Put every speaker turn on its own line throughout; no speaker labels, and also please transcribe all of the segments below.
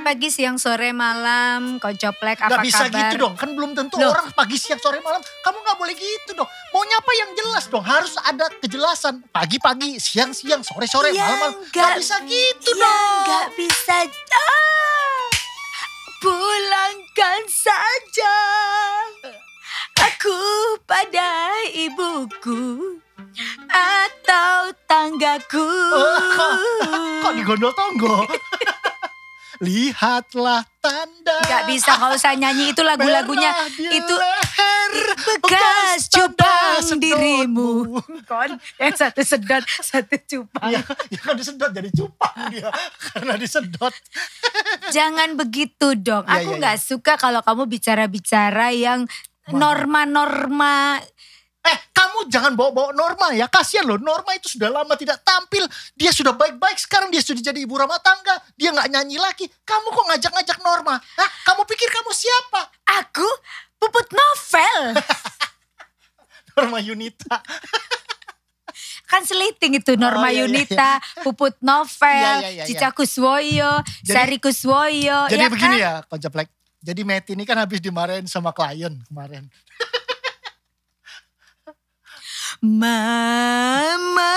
pagi, siang, sore, malam, Koncoplek, apa
Gak bisa
kabar?
gitu dong, kan belum tentu
Loh.
orang pagi, siang, sore, malam. Kamu gak boleh gitu dong. Maunya apa yang jelas dong, harus ada kejelasan. Pagi-pagi, siang-siang, sore-sore, malam-malam. Gak bisa gitu dong.
Gak bisa. Pulangkan saja aku pada ibuku atau tanggaku.
Kok digondol tonggo? Lihatlah tanda.
Gak bisa, gak usah nyanyi, itu lagu-lagunya.
merah di
Itu
leher,
bekas cupang
tanda
dirimu.
sedotmu.
Kon, yang satu sedot, satu cupang.
Ya kan disedot jadi cupang dia. Karena disedot.
Jangan begitu dong.
Ya,
Aku
ya,
gak suka kalau kamu bicara-bicara yang norma-norma.
Kamu jangan bawa-bawa Norma ya. Kasian loh, Norma itu sudah lama tidak tampil. Dia sudah baik-baik, sekarang dia sudah jadi ibu rumah tangga. Dia gak nyanyi lagi. Kamu kok ngajak-ngajak Norma? Hah? Kamu pikir kamu siapa?
Aku puput novel.
Norma Yunita.
Kan seliting itu Norma
iya, iya,
Yunita, Puput Novel,
Iya, iya, iya,
Cica Kuswoyo, Sari Kuswoyo.
Jadi
ya
begini
kan?
ya, Koncoplek. Jadi Meti ini kan habis dimarahin sama klien kemarin.
Mama,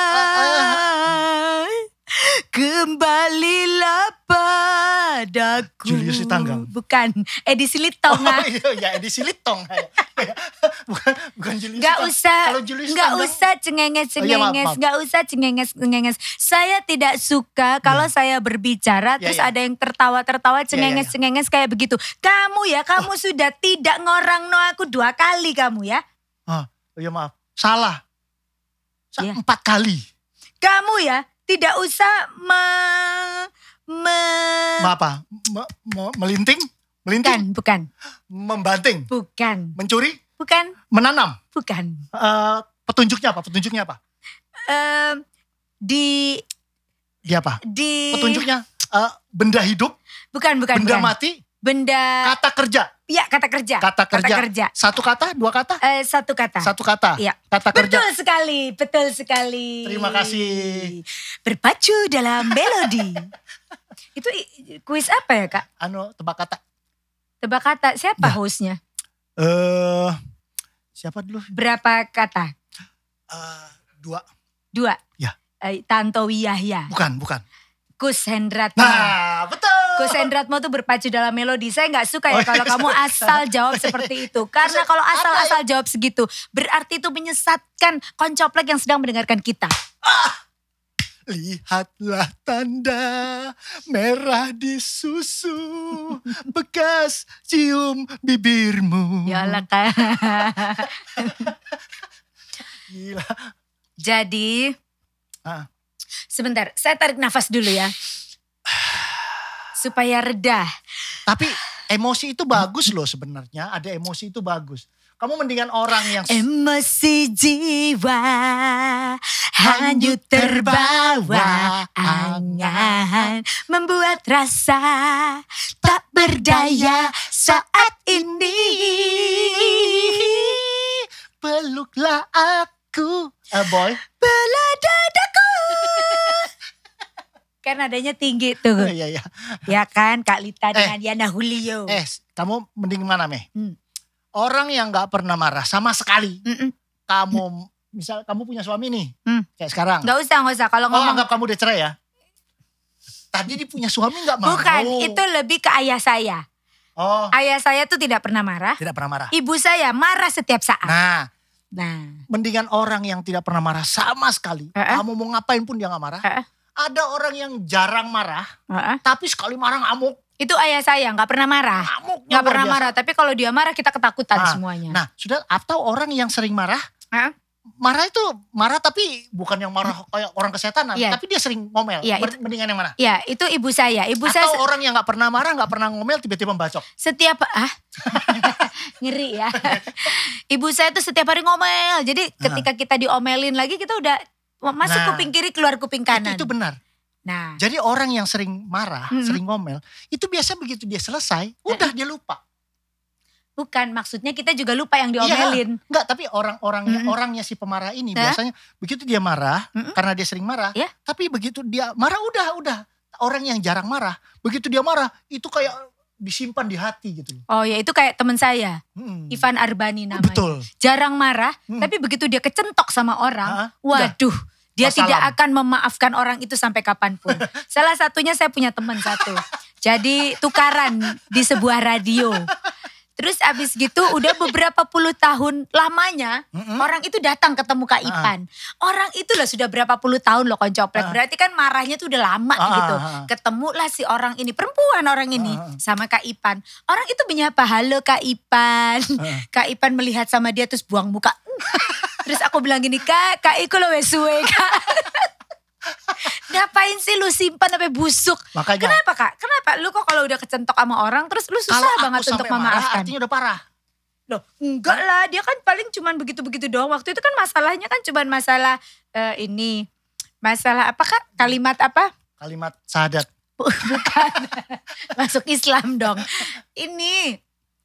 kembalilah padaku.
Julius Sitanggang.
Bukan, Edisi Litong.
Oh iya, edisi Litong. bukan Julius
Gak
Sitanggang.
usah,
Kalau Julius
gak
Sitanggang-
usah cengenges-cengenges,
maaf.
gak usah cengenges-cengenges. Saya tidak suka kalau saya berbicara terus
ya.
ada yang tertawa-tertawa cengenges-cengenges kayak begitu. Kamu sudah tidak ngorang aku 2 kali kamu ya.
Oh iya maaf, salah.
Iya.
4 kali.
Kamu tidak usah
Apa? Melinting? Melinting?
bukan,
Membanting?
bukan,
Mencuri?
bukan,
Menanam?
bukan.
Petunjuknya apa? Petunjuknya apa?
Di
Petunjuknya benda hidup?
bukan,
Benda
bukan.
mati?
Benda,
Kata kerja?
ya kata kerja.
Kata kerja. 1 kata? 2 kata?
1 kata.
1 kata?
Iya.
Kata kerja?
Betul sekali.
Terima kasih.
Berpacu dalam melodi. Itu kuis apa ya Kak?
Tebak kata.
Tebak kata, siapa
Ya.
hostnya?
Siapa dulu?
Berapa kata?
2.
2.
Ya.
Tantowi Yahya.
Bukan.
Kus Hendratmo.
Nah, betul.
Kus Hendratmo tuh berpacu dalam melodi. Saya gak suka ya kalau kamu asal jawab seperti itu. Karena kalau asal-asal jawab segitu, berarti itu menyesatkan koncoplek yang sedang mendengarkan kita.
Lihatlah tanda merah di susu, bekas cium bibirmu.
Ya Allah Kak.
Gila.
Jadi,
Ah.
sebentar, saya tarik nafas dulu ya. Supaya reda.
Tapi emosi itu bagus loh sebenarnya. Ada emosi itu bagus. Kamu mendingan orang yang
Emosi jiwa hanyut terbawa angan, membuat rasa tak berdaya saat ini.
peluklah aku. Boy.
Belah dadaku. Kan nadanya tinggi tuh.
Iya.
Ya kan Kak Lita dengan Yana Julio.
Kamu mending mana Meh?
Hmm.
Orang yang gak pernah marah sama sekali.
Mm-mm.
Kamu, misal kamu punya suami nih. Kayak sekarang.
Gak usah. Kalau ngomong.
Anggap kamu udah cerai ya. Tadi dia punya suami gak mau.
Bukan, itu lebih ke ayah saya.
Oh,
Ayah saya tuh tidak pernah marah.
tidak pernah marah.
Ibu saya marah setiap saat.
Nah,
Nah.
mendingan orang yang tidak pernah marah sama sekali. Kamu mau ngapain pun dia gak marah. Ada orang yang jarang marah, tapi sekali marah ngamuk.
Itu ayah saya gak pernah marah.
Ngamuknya
Gak
luar
pernah
biasa.
marah. Tapi kalau dia marah kita ketakutan semuanya.
Nah, sudah atau orang yang sering marah. Marah itu marah tapi bukan yang marah kayak orang kesetanan.
Iya.
Tapi dia sering ngomel.
Iya,
Mendingan yang mana?
Ya itu ibu saya.
Atau orang yang gak pernah marah, gak pernah ngomel tiba-tiba membacok.
Setiap ngeri ya. Ibu saya tuh setiap hari ngomel. Jadi ketika kita diomelin lagi kita udah masuk kuping kiri keluar kuping kanan.
Itu benar.
Nah,
Jadi orang yang sering marah, sering ngomel, itu biasanya begitu dia selesai, udah dia lupa.
bukan maksudnya kita juga lupa yang diomelin.
Enggak, tapi orangnya si pemarah ini biasanya begitu dia marah, karena dia sering marah,
Iya.
tapi begitu dia marah udah orang yang jarang marah, begitu dia marah itu kayak disimpan di hati gitu loh.
Oh ya, itu kayak teman saya, Ivan Arbani namanya.
Betul.
Jarang marah, tapi begitu dia kecentok sama orang, waduh, dia
Wassalam.
tidak akan memaafkan orang itu sampai kapanpun. Salah satunya saya punya teman satu. Jadi tukaran di sebuah radio. Terus abis gitu udah beberapa puluh tahun lamanya orang itu datang ketemu Kak Ipan. Orang itu lah sudah berapa puluh tahun loh koncoplek. Berarti kan marahnya tuh udah lama gitu. Ketemulah si orang ini, perempuan orang ini sama Kak Ipan. Orang itu menyapa, halo Kak Ipan. Kak Ipan melihat sama dia terus buang muka. Terus aku bilang gini, Kak Iko lo wes suwe Kak. Ngapain sih lu simpan sampai busuk?
Makanya.
Kenapa Kak? Kenapa? Lu kok kalau udah kecentok sama orang terus lu susah banget untuk memaafkan?
Artinya udah parah.
Loh enggak lah, dia kan paling cuman begitu-begitu doang. Waktu itu kan masalahnya kan cuman masalah ini. Masalah apa Kak? Kalimat apa?
Kalimat syahadat.
Bukan. Masuk Islam dong. Ini.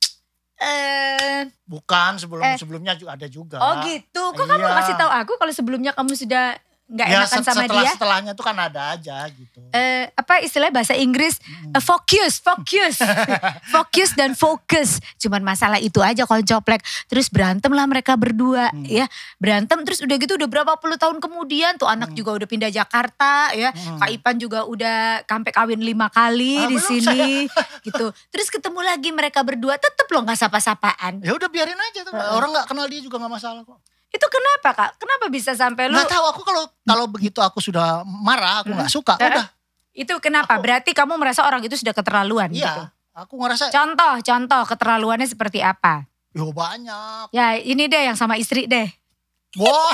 Bukan, sebelumnya juga ada juga.
Oh gitu. Kok kamu kasih tahu aku kalau sebelumnya kamu sudah nggak enakan sama dia?
Setelahnya tuh kan ada aja gitu.
Apa istilahnya bahasa Inggris? Fokus. Fokus dan fokus. Cuman masalah itu aja koncoplek. Terus berantem lah mereka berdua ya. Berantem terus udah gitu udah berapa puluh tahun kemudian tuh anak juga udah pindah Jakarta ya. Kak Ipan juga udah sampai kawin 5 kali di sini gitu. Terus ketemu lagi mereka berdua tetep loh gak sapa-sapaan.
Ya udah biarin aja tuh. Orang gak kenal dia juga gak masalah kok.
Itu kenapa Kak? Kenapa bisa sampai lu?
Gak tahu, aku kalau begitu aku sudah marah, aku gak suka, udah.
Itu kenapa? Berarti kamu merasa orang itu sudah keterlaluan gitu?
Iya, aku ngerasa.
Contoh keterlaluannya seperti apa?
Yo banyak.
Ya ini deh yang sama istri deh.
Wah.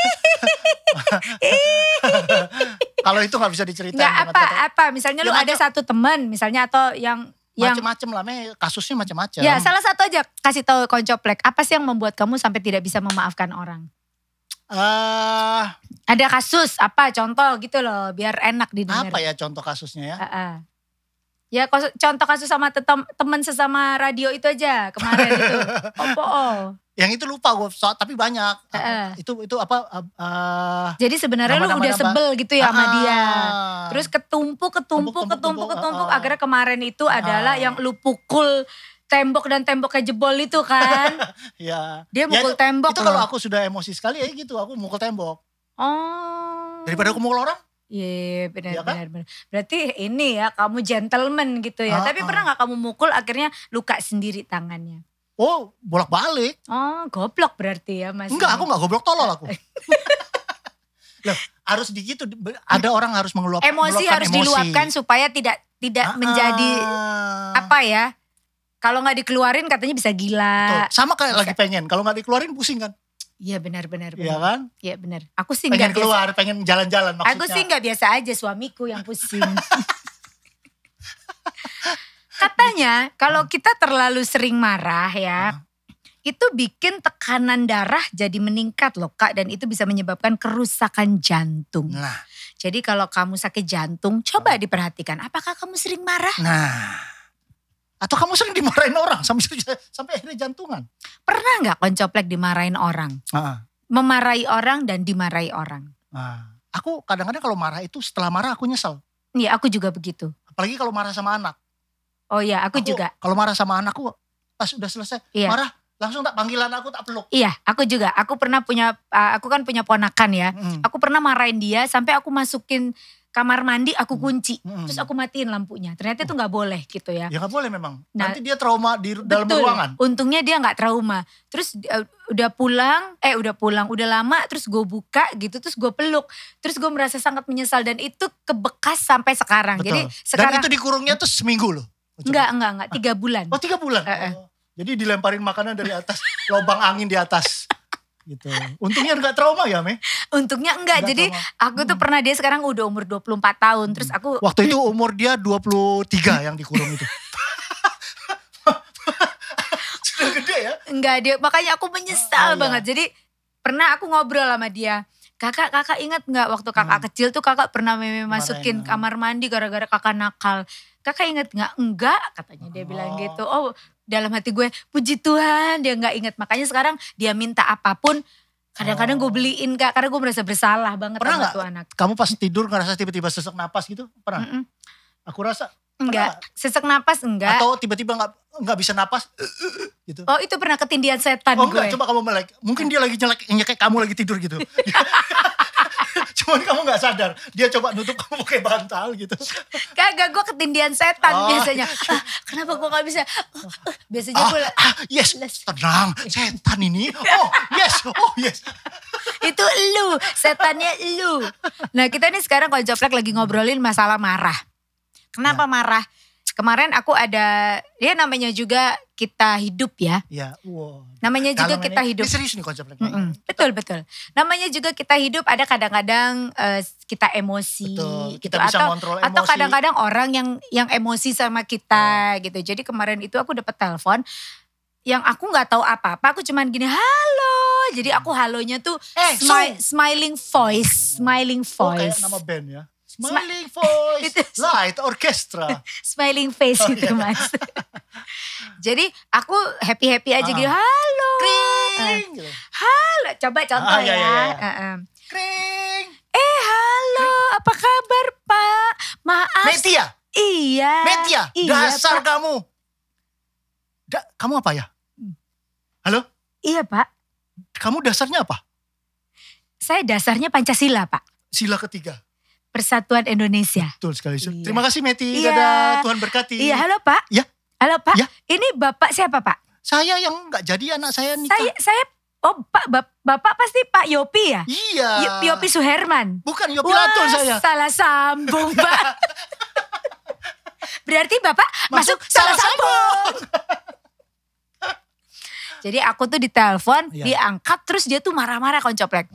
Kalau itu gak bisa diceritain.
Gak apa, misalnya lu ada satu teman misalnya atau yang
macem-macem lah, kasusnya macem-macem.
Ya salah satu aja kasih tahu koncoplek. Apa sih yang membuat kamu sampai tidak bisa memaafkan orang? Ada kasus apa contoh gitu loh biar enak didengar.
Apa ya contoh kasusnya ya?
Ya contoh kasus sama teman sesama radio itu aja kemarin itu.
Yang itu lupa gue, tapi banyak. Itu apa?
Jadi sebenarnya lu udah sebel gitu ya sama dia. Terus ketumpuk. Akhirnya kemarin itu adalah yang lu pukul tembok dan temboknya jebol itu kan.
Ya.
Dia mukul tembok.
Itu kalau aku sudah emosi sekali ya gitu, aku mukul tembok. Daripada aku mukul orang.
Iya benar. Berarti ini ya kamu gentleman gitu ya. Tapi pernah gak kamu mukul akhirnya luka sendiri tangannya?
Oh bolak-balik.
Oh goblok berarti ya Mas.
Enggak, aku gak goblok, tolol aku. Loh, harus begitu, ada orang harus
emosi harus diluapkan supaya tidak menjadi apa ya. Kalau gak dikeluarin katanya bisa gila.
Betul. Sama kayak lagi pengen, kalau gak dikeluarin pusing kan.
Iya benar.
Iya kan?
Iya benar. Aku sih
pengen
gak
keluar,
biasa.
pengen jalan-jalan maksudnya.
Aku sih gak biasa aja, suamiku yang pusing. Katanya kalau kita terlalu sering marah ya, itu bikin tekanan darah jadi meningkat loh Kak. Dan itu bisa menyebabkan kerusakan jantung.
Nah.
Jadi kalau kamu sakit jantung, coba diperhatikan. Apakah kamu sering marah?
Nah. Atau kamu sering dimarahin orang sampai akhirnya jantungan?
Pernah gak koncoplek dimarahin orang? Memarahi orang dan dimarahi orang.
Aku kadang-kadang kalau marah itu setelah marah aku nyesel.
Iya aku juga begitu.
Apalagi kalau marah sama anak.
Oh iya aku juga.
Kalau marah sama anakku pas udah selesai marah langsung tak panggilan aku tak peluk.
Iya aku juga. Aku kan punya ponakan ya. Aku pernah marahin dia sampai aku masukin kamar mandi aku kunci. Terus aku matiin lampunya. Ternyata itu gak boleh gitu ya.
Ya gak boleh memang. Nanti dia trauma di dalam ruangan.
Untungnya dia gak trauma. Terus udah pulang. Udah lama terus gue buka gitu. Terus gue peluk. Terus gue merasa sangat menyesal. Dan itu kebekas sampai sekarang.
Betul.
Jadi sekarang.
Dan itu dikurungnya tuh seminggu loh.
Enggak. 3 bulan.
Oh 3 bulan? Jadi dilemparin makanan dari atas. Lubang angin di atas. Gitu. Untungnya enggak trauma ya Me?
Untungnya enggak. Jadi aku tuh pernah, dia sekarang udah umur 24 tahun. Terus aku.
Waktu itu umur dia 23 yang dikurung itu. Sudah gede ya?
Enggak, makanya aku menyesal banget. Jadi pernah aku ngobrol sama dia. Kakak ingat gak waktu kakak kecil tuh kakak pernah masukin kamar mandi gara-gara kakak nakal. Kakak ingat gak? Enggak katanya, dia bilang gitu. Oh dalam hati gue puji Tuhan dia gak ingat. Makanya sekarang dia minta apapun Kadang-kadang gue beliin Kak, karena gue merasa bersalah banget
Pernah
sama
nggak
tuh anak.
kamu pas tidur ngerasa tiba-tiba sesak napas gitu? Pernah?
Mm-mm.
Aku rasa
Enggak, sesak napas enggak.
atau tiba-tiba nggak bisa napas gitu.
Oh itu pernah ketindihan setan
Oh
gue.
enggak, coba kamu melek. Mungkin dia lagi nyekek kamu lagi tidur gitu. Cuman kamu gak sadar. Dia coba nutup kamu pakai bantal gitu.
Kagak, gue ketindihan setan
Oh.
biasanya. Kenapa gue gak bisa? Biasanya gue
Yes, tenang. Setan ini. Oh yes.
itu elu, setannya elu. Nah kita nih sekarang kalau Joplek lagi ngobrolin masalah marah. Kenapa marah? Kemarin aku ada, ya namanya juga kita hidup ya.
Ya, wow.
Namanya juga
Dalam
kita
ini
hidup.
serius nih konsepnya.
Betul. Namanya juga kita hidup, ada kadang-kadang kita emosi.
Betul,
gitu.
kita bisa ngontrol
Atau
emosi.
kadang-kadang orang yang emosi sama kita gitu. Jadi kemarin itu aku dapat telepon yang aku nggak tahu apa-apa. Aku cuman gini, halo. Jadi aku halonya tuh smiling voice.
Oh kayak nama band ya. Smiling Voice, Light Orchestra.
Smiling face gitu mas. Jadi aku happy-happy aja gitu, halo.
Kring.
Halo, coba contoh
iya,
ya.
iya. Kring.
Halo, apa kabar Pak? Maaf.
Metia.
Iya.
Dasar
Pak.
kamu. Kamu apa ya? Halo?
Iya Pak.
Kamu dasarnya apa?
Saya dasarnya Pancasila Pak.
Sila ketiga.
Persatuan Indonesia.
Betul sekali.
Iya.
Terima kasih Meti.
Iya.
Dadah, Tuhan berkati.
Iya, halo Pak.
Ya.
Halo Pak.
Ya.
Ini Bapak siapa Pak?
Saya yang gak jadi anak saya nikah.
Saya Pak, Bapak pasti Pak Yopi ya?
Iya.
Yopi Suherman.
Bukan Yopi Latul saya.
Salah sambung Pak. Berarti Bapak masuk salah sambung. Jadi aku tuh ditelepon, diangkat terus dia tuh marah-marah Koncoplek.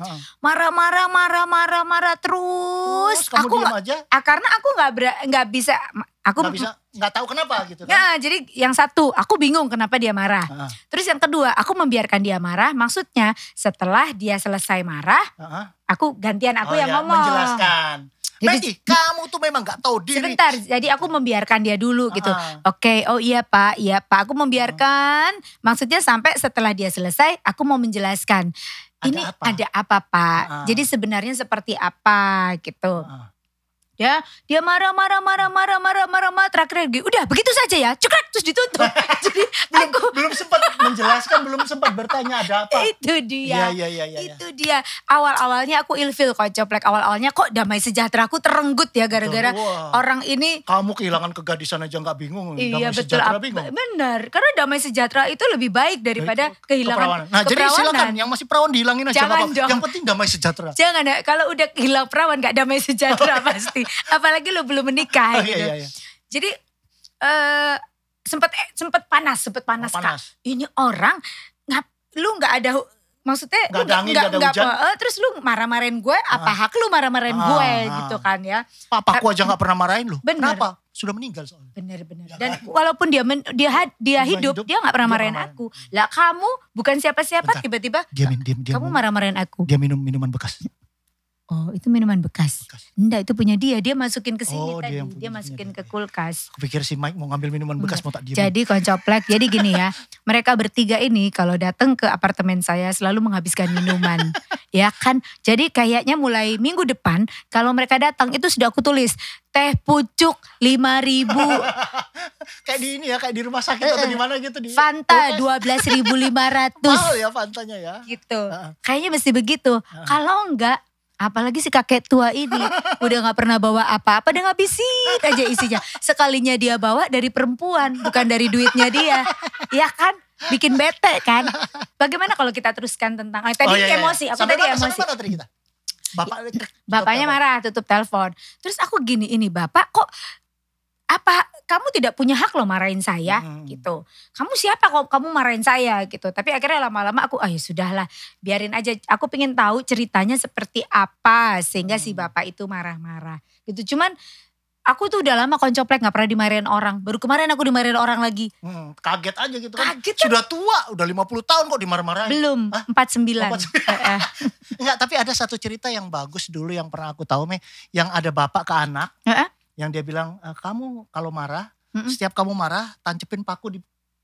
Marah terus.
Kamu
aku
diam aja?
Karena aku nggak bisa. Aku
nggak tahu kenapa gitu kan.
Nah, jadi yang satu, aku bingung kenapa dia marah. Terus yang kedua, aku membiarkan dia marah. Maksudnya setelah dia selesai marah, aku gantian yang ngomong.
Menjelaskan. Meti, kamu tuh memang gak tahu diri.
Sebentar, jadi aku membiarkan dia dulu gitu. Oke, oh iya Pak, aku membiarkan. Maksudnya sampai setelah dia selesai, aku mau menjelaskan. Ini ada apa Pak? Jadi sebenarnya seperti apa gitu. Ya, dia marah, terakhir gitu. Udah begitu saja ya, cekrek terus ditutup. Jadi
belum sempat menjelaskan, belum sempat bertanya ada apa.
Itu dia.
Iya.
Itu dia. Awal-awalnya aku ilfil Koncoplek. Awal-awalnya kok damai sejahtera aku terenggut ya gara-gara orang ini.
Kamu kehilangan kegadisan aja gak bingung.
Iya
damai
betul.
sejahtera bingung.
Benar, karena damai sejahtera itu lebih baik daripada kehilangan
keperawanan. Nah jadi silakan yang masih perawan dihilangin aja.
Jangan dong.
Yang penting damai sejahtera.
Jangan ya, kalau udah hilang perawan gak damai sejahtera pasti. Apalagi lo belum menikah gitu.
Iya.
Jadi sempet panas Kak. Ini orang lu nggak ada maksudnya
gak ada angin, gak ada hujan.
Terus lu marah-marahin gue, apa hak lu marah-marahin gue gitu kan ya.
Papaku aja gak pernah marahin lu.
Bener.
Kenapa? Sudah meninggal soalnya.
Bener. Dan walaupun dia hidup, dia gak pernah marahin aku. Lah kamu bukan siapa-siapa tiba-tiba
Diam.
kamu marah-marahin aku.
Dia minum minuman bekas.
Oh itu minuman bekas. Enggak itu punya dia masukin ke sini tadi.
Dia
masukin ke kulkas.
Aku pikir si Mike mau ngambil minuman bekas mau tak diam.
Jadi Koncoplek, jadi gini ya. Mereka bertiga ini kalau datang ke apartemen saya selalu menghabiskan minuman. Ya kan. Jadi kayaknya mulai minggu depan kalau mereka datang itu sudah aku tulis. Teh pucuk 5.000.
Kayak di ini ya, kayak di rumah sakit atau di mana gitu.
Fanta 12.500.
Mahal ya Fantanya ya.
Gitu. Kayaknya mesti begitu. Kalau enggak. Apalagi si kakek tua ini udah gak pernah bawa apa-apa, dia ngabisin aja isinya. Sekalinya dia bawa dari perempuan, bukan dari duitnya dia. Ya kan? Bikin bete kan? Bagaimana kalau kita teruskan tentang, emosi, aku tadi emosi.
Sampai mana tadi kita?
Bapaknya marah, tutup telepon. Terus aku gini, ini bapak kok apa kamu tidak punya hak loh marahin saya gitu. Kamu siapa kok kamu marahin saya gitu. Tapi akhirnya lama-lama aku ya sudahlah biarin aja. Aku pengen tahu ceritanya seperti apa sehingga si bapak itu marah-marah gitu. Cuman aku tuh udah lama Koncoplek gak pernah dimarahin orang. Baru kemarin aku dimarahin orang lagi.
Kaget aja gitu kan.
Kaget kan?
Sudah tua, udah 50 tahun kok dimarah-marahin.
Belum, 49.
Enggak, tapi ada satu cerita yang bagus dulu yang pernah aku tahu yang ada bapak ke anak. Yang dia bilang, kamu kalau marah, setiap kamu marah, tancepin paku di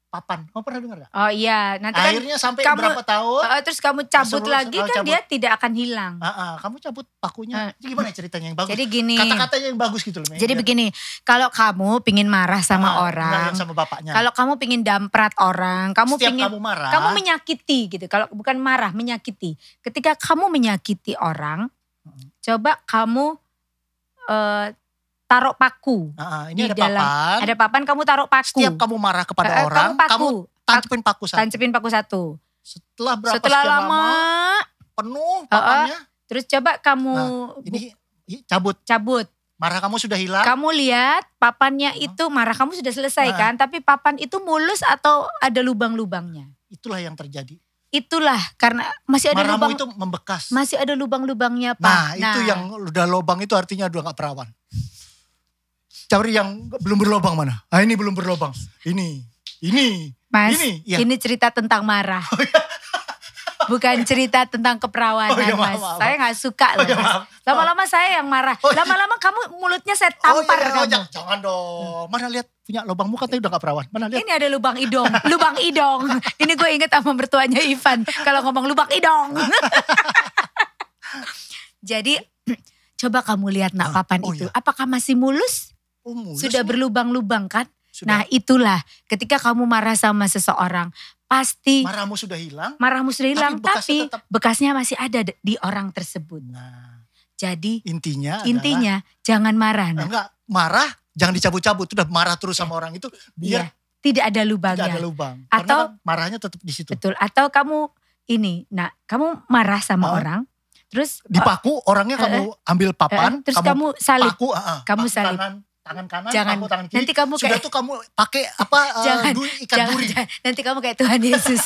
papan. Kamu pernah dengar gak?
Oh iya, nanti kan
Akhirnya sampai
kamu-
berapa tahun.
terus kamu cabut
Sebelum-
lagi
kalau
kan
cabut.
dia tidak akan hilang.
Kamu cabut pakunya. Jadi gimana ceritanya yang bagus?
Jadi gini.
Kata-katanya yang bagus gitu loh. Mei.
Jadi
Biar-
begini, kalau kamu pingin marah sama
enggak
orang,
yang sama bapaknya.
kalau kamu pingin damprat orang, kamu
Setiap
pingin
kamu marah.
kamu menyakiti gitu. Kalau bukan marah, menyakiti. Ketika kamu menyakiti orang, coba kamu taruh paku.
Ini
di
ada
dalam-
papan.
Ada papan, kamu taruh paku.
Setiap kamu marah kepada orang,
kamu paku.
kamu tancapin paku satu.
Tancapin paku satu.
Setelah berapa
Setelah
sekian
lama,
penuh papannya.
terus coba kamu
Ini cabut.
cabut.
Marah kamu sudah hilang.
Kamu lihat papannya itu marah kamu sudah selesai kan, tapi papan itu mulus atau ada lubang-lubangnya.
Itulah yang terjadi.
Itulah karena masih ada
Marahmu
lubang,
itu membekas.
masih ada lubang-lubangnya Pak.
Nah, itu yang udah lobang itu artinya udah gak perawan. Cari yang belum berlobang mana? Ini belum berlobang. Ini.
Mas,
ini. Ya.
ini cerita tentang marah. Bukan cerita tentang keperawanan,
Oh, iya,
Mas.
maaf.
Saya gak suka loh,
iya,
Mas.
maaf.
Lama-lama saya yang marah.
Oh, iya.
Lama-lama kamu mulutnya saya tampar kamu.
Jangan dong. Mana lihat punya lobangmu katanya udah gak perawan. Mana lihat.
Ini ada lubang idong, lubang idong. Ini gue inget sama mertuanya Ivan. Kalau ngomong lubang idong. Jadi coba kamu lihat nak papan itu.
iya.
Apakah masih mulus?
Mulus
Sudah
nih.
berlubang-lubang kan?
Sudah.
Nah itulah ketika kamu marah sama seseorang. Pasti
Marahmu sudah hilang.
marahmu sudah hilang.
bekasnya
Tapi
tetap.
bekasnya masih ada di orang tersebut.
Nah,
Jadi
intinya
jangan marah. Nah.
enggak marah, jangan dicabut-cabut. Udah marah terus sama orang itu biar
Iya, tidak ada
tidak
lubangnya.
ada lubang.
Atau-
Karena kan marahnya tetap di situ.
Betul. Atau kamu kamu marah sama orang. Terus
Dipaku orangnya kamu ambil papan,
terus kamu salib.
paku,
Kamu
paku
salib.
tangan kanan,
Jangan.
paku tangan kiri.
Nanti kamu
sudah
kayak-
tuh kamu pakai apa? Ikat duri.
Nanti kamu kayak Tuhan Yesus.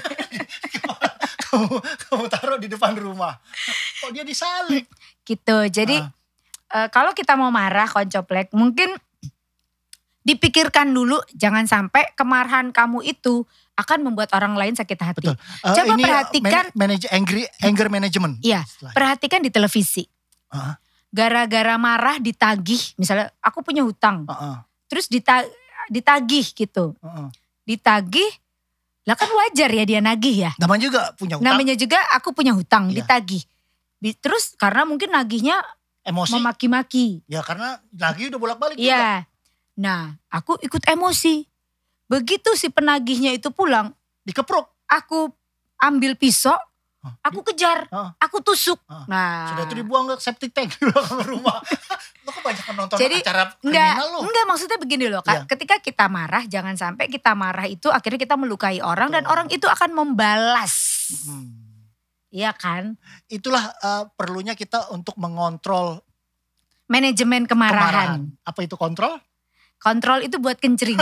kamu taruh di depan rumah. Kok dia disalib?
Gitu. Jadi kalau kita mau marah koncoplek, mungkin dipikirkan dulu, jangan sampai kemarahan kamu itu akan membuat orang lain sakit hati.
Betul.
Coba
Ini
perhatikan.
anger management.
Iya,
Istilahnya.
perhatikan di televisi.
Heeh.
Gara-gara marah ditagih, misalnya aku punya hutang,
Heeh,
terus ditagih gitu.
heeh.
Ditagih, lah kan wajar ya dia nagih ya.
Namanya juga punya hutang,
Namanya juga aku punya hutang,
Iya.
ditagih. Terus karena mungkin nagihnya
emosi.
memaki-maki.
Ya karena lagi udah bolak-balik juga.
Iya. Nah, aku ikut emosi. Begitu si penagihnya itu pulang,
Dikepruk.
aku ambil pisau,
Hah,
aku kejar,
Hah.
aku tusuk.
Hah.
Nah,
Sudah itu dibuang ke septic tank di belakang rumah. Lo kok banyak nonton
Jadi,
acara
enggak,
kriminal lo?
enggak maksudnya begini loh Kak.
Iya.
Ketika kita marah, jangan sampai kita marah itu akhirnya kita melukai orang dan
Betul.
orang itu akan membalas.
Hmm.
Iya kan?
Itulah perlunya kita untuk mengontrol
Manajemen kemarahan.
kemarahan. Apa itu kontrol?
Kontrol itu buat kencering.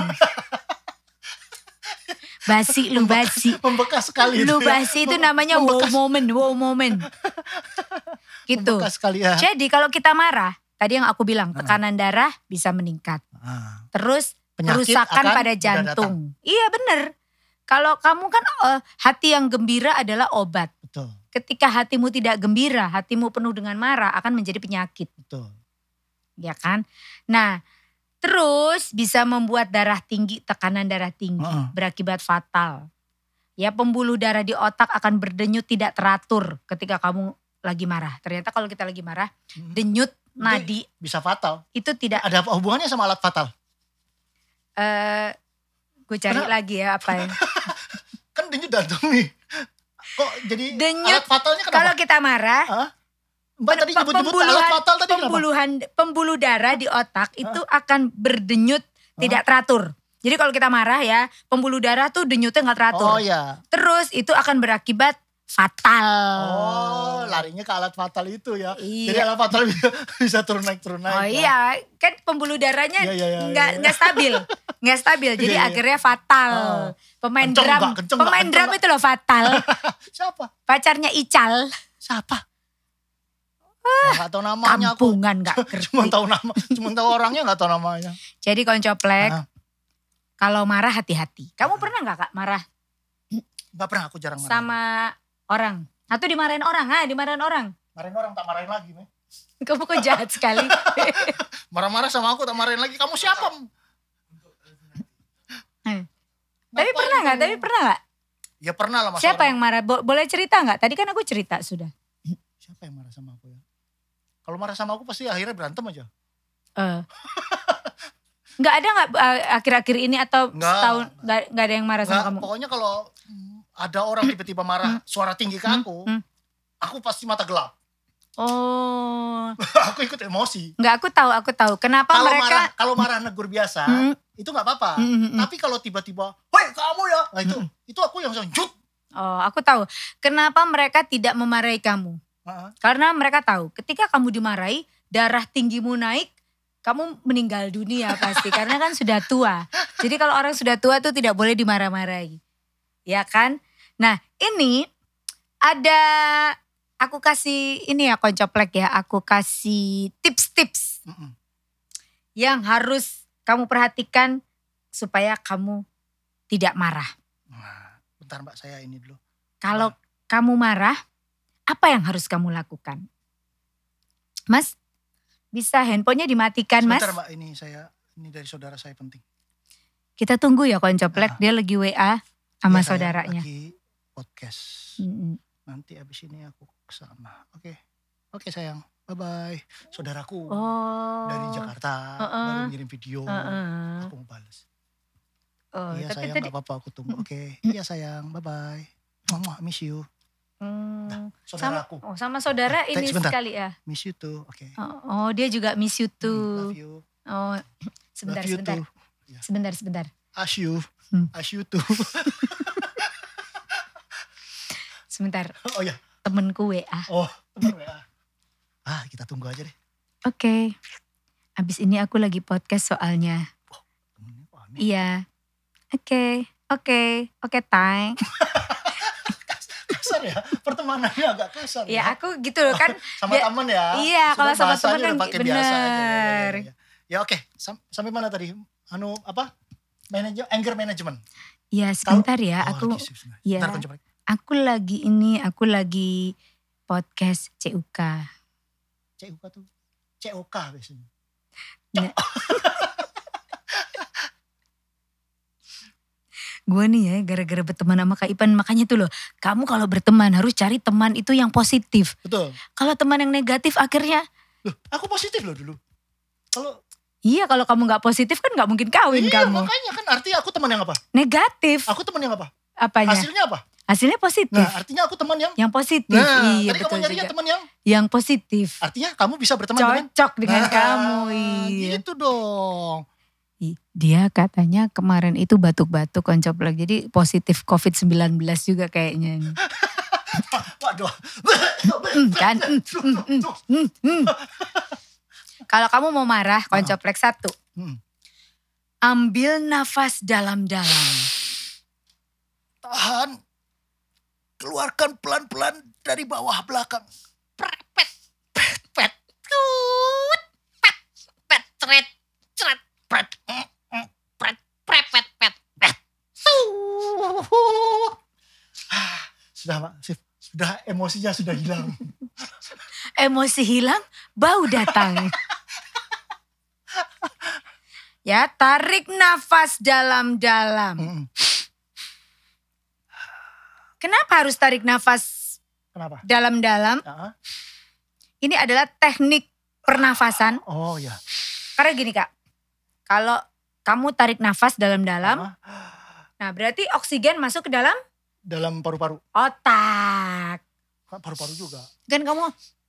Basi lu basi.
Membekas sekali.
Lu
itu ya.
basi itu namanya wow moment. Gitu.
Membekas sekali ya.
Jadi kalau kita marah, tadi yang aku bilang tekanan darah bisa meningkat.
Ah,
Terus
penyakit
kerusakan
akan
pada
mudah
jantung. Iya bener. Kalau kamu kan hati yang gembira adalah obat.
Betul,
Ketika hatimu tidak gembira, hatimu penuh dengan marah akan menjadi penyakit.
betul.
Ya kan? Nah terus bisa membuat darah tinggi, tekanan darah tinggi.
Heeh.
Berakibat fatal. Ya pembuluh darah di otak akan berdenyut tidak teratur ketika kamu lagi marah. Ternyata kalau kita lagi marah, denyut nadi
Bisa fatal.
itu tidak
Ada apa hubungannya sama alat fatal?
gue cari
Kenapa?
lagi ya apa ya.
Kan denyut jantung nih. Kok jadi
Denyut,
alat fatalnya
kalau
kenapa?
kita marah,
Hah? Mbak tadi nyebut-nyebut alat fatal tadi kenapa?
pembuluh darah di otak itu akan berdenyut tidak teratur. Jadi kalau kita marah ya, pembuluh darah tuh denyutnya nggak teratur.
Oh ya.
Terus itu akan berakibat fatal.
Oh, larinya ke alat fatal itu ya.
Iya.
Jadi alat fatal bisa turun naik ya.
Oh iya, kan pembuluh darahnya
Iya,
nggak stabil, nggak stabil. Jadi
Iya, iya.
akhirnya fatal.
Oh.
Pemain
Kenceng
drum,
nggak? Kenceng nggak?
pemain
Kenceng
drum
nggak?
itu loh fatal.
Siapa?
Pacarnya Ical,
Siapa? Nggak tahu namanya aku.
kampungan nggak
Cuma
ngerti.
tahu nama, cuma tahu orangnya nggak tahu namanya.
Jadi koncoplek,
Ah.
kalau marah hati-hati. Kamu pernah nggak Kak marah
Nggak pernah, aku jarang marah.
sama orang? Atau dimarahin orang? Dimarahin orang.
Marahin orang tak marahin lagi, Mei.
Kamu kok jahat sekali.
Marah-marah sama aku tak marahin lagi. Kamu siapa?
Tapi pernah nggak?
Ya pernah lah Mas.
Siapa yang marah? Boleh cerita nggak? Tadi kan aku cerita sudah.
Siapa yang marah sama aku ya? Kalau marah sama aku pasti akhirnya berantem aja.
Nggak ada nggak akhir-akhir ini atau setahun nggak ada yang marah sama kamu?
Pokoknya kalau ada orang tiba-tiba marah suara tinggi ke aku pasti mata gelap.
Oh.
Aku ikut emosi.
Nggak, aku tahu. Kenapa mereka?
Kalau marah negur biasa, itu nggak apa-apa. Tapi kalau tiba-tiba, woi kamu ya, nah itu aku yang langsung jut.
Oh, aku tahu. Kenapa mereka tidak memarahi kamu? Karena mereka tahu ketika kamu dimarahi, darah tinggimu naik, kamu meninggal dunia pasti. Karena kan sudah tua. Jadi kalau orang sudah tua tuh tidak boleh dimarah-marahi. Ya kan? Nah ini ada, aku kasih ini ya koncoplek ya. Aku kasih tips-tips yang harus kamu perhatikan supaya kamu tidak marah.
Bentar Mbak, saya ini dulu.
Kalau kamu marah, apa yang harus kamu lakukan? Mas, bisa handphonenya dimatikan Mas?
Sebentar Mbak, ini dari saudara saya penting.
Kita tunggu ya koncoplek, dia lagi WA sama saudaranya.
Lagi podcast. Nanti abis ini aku kesana. Oke sayang, bye-bye. Saudaraku dari Jakarta baru ngirim video, aku mau balas. Iya
tapi
sayang, gak apa-apa aku tunggu. Oke, iya sayang, bye-bye. Mama, miss you. Nah, saudaraku.
Sama saudara ini
sebentar.
Sekali ya.
Miss you too, oke.
Oh, dia juga miss you too.
Love you.
Oh, sebentar.
Ya.
Sebentar.
As you too.
Sebentar.
Oh ya.
Temenku WA.
Oh, temen WA. Kita tunggu aja deh.
Oke. Abis ini aku lagi podcast soalnya.
Temennya Pak Amin.
Iya. Oke, Tay.
Kasar ya, pertemanannya agak kasar
ya. Aku gitu loh kan.
Sama teman ya.
Iya, kalau sama teman kan
pakai biasa aja. Ya oke, sampai mana tadi? Anger management.
Iya, sebentar ya. Aku lagi podcast CUK.
CUK tuh COK biasanya.
Gue nih ya gara-gara berteman sama Kak Ipan, makanya tuh loh, kamu kalau berteman harus cari teman itu yang positif.
Betul.
Kalau teman yang negatif akhirnya.
Loh, aku positif loh dulu.
Kalau kamu gak positif kan gak mungkin kawin kamu.
Iya makanya kan artinya aku teman yang apa?
Negatif.
Aku teman yang apa?
Apanya?
Hasilnya apa?
Hasilnya positif.
Nah artinya aku teman yang
positif.
Iya,
tadi
betul kamu nyarinya teman
yang positif.
Artinya kamu bisa berteman
cocok dengan kamu. Iya.
Gitu dong.
Dia katanya kemarin itu batuk-batuk koncoplek. Jadi positif COVID-19 juga kayaknya.
Waduh.
Kan. Kalau kamu mau marah koncoplek 1. Ambil nafas dalam-dalam.
Tahan. Keluarkan pelan-pelan dari bawah belakang. Sudah Pak, sudah emosinya sudah hilang.
Emosi hilang, bau datang. Ya, tarik nafas dalam-dalam. Kenapa harus tarik nafas dalam-dalam? Ini adalah teknik pernafasan.
Oh ya.
Karena gini Kak, kalau kamu tarik nafas dalam-dalam, nah berarti oksigen masuk ke dalam
paru-paru.
Otak.
Paru-paru juga.
Kan kamu,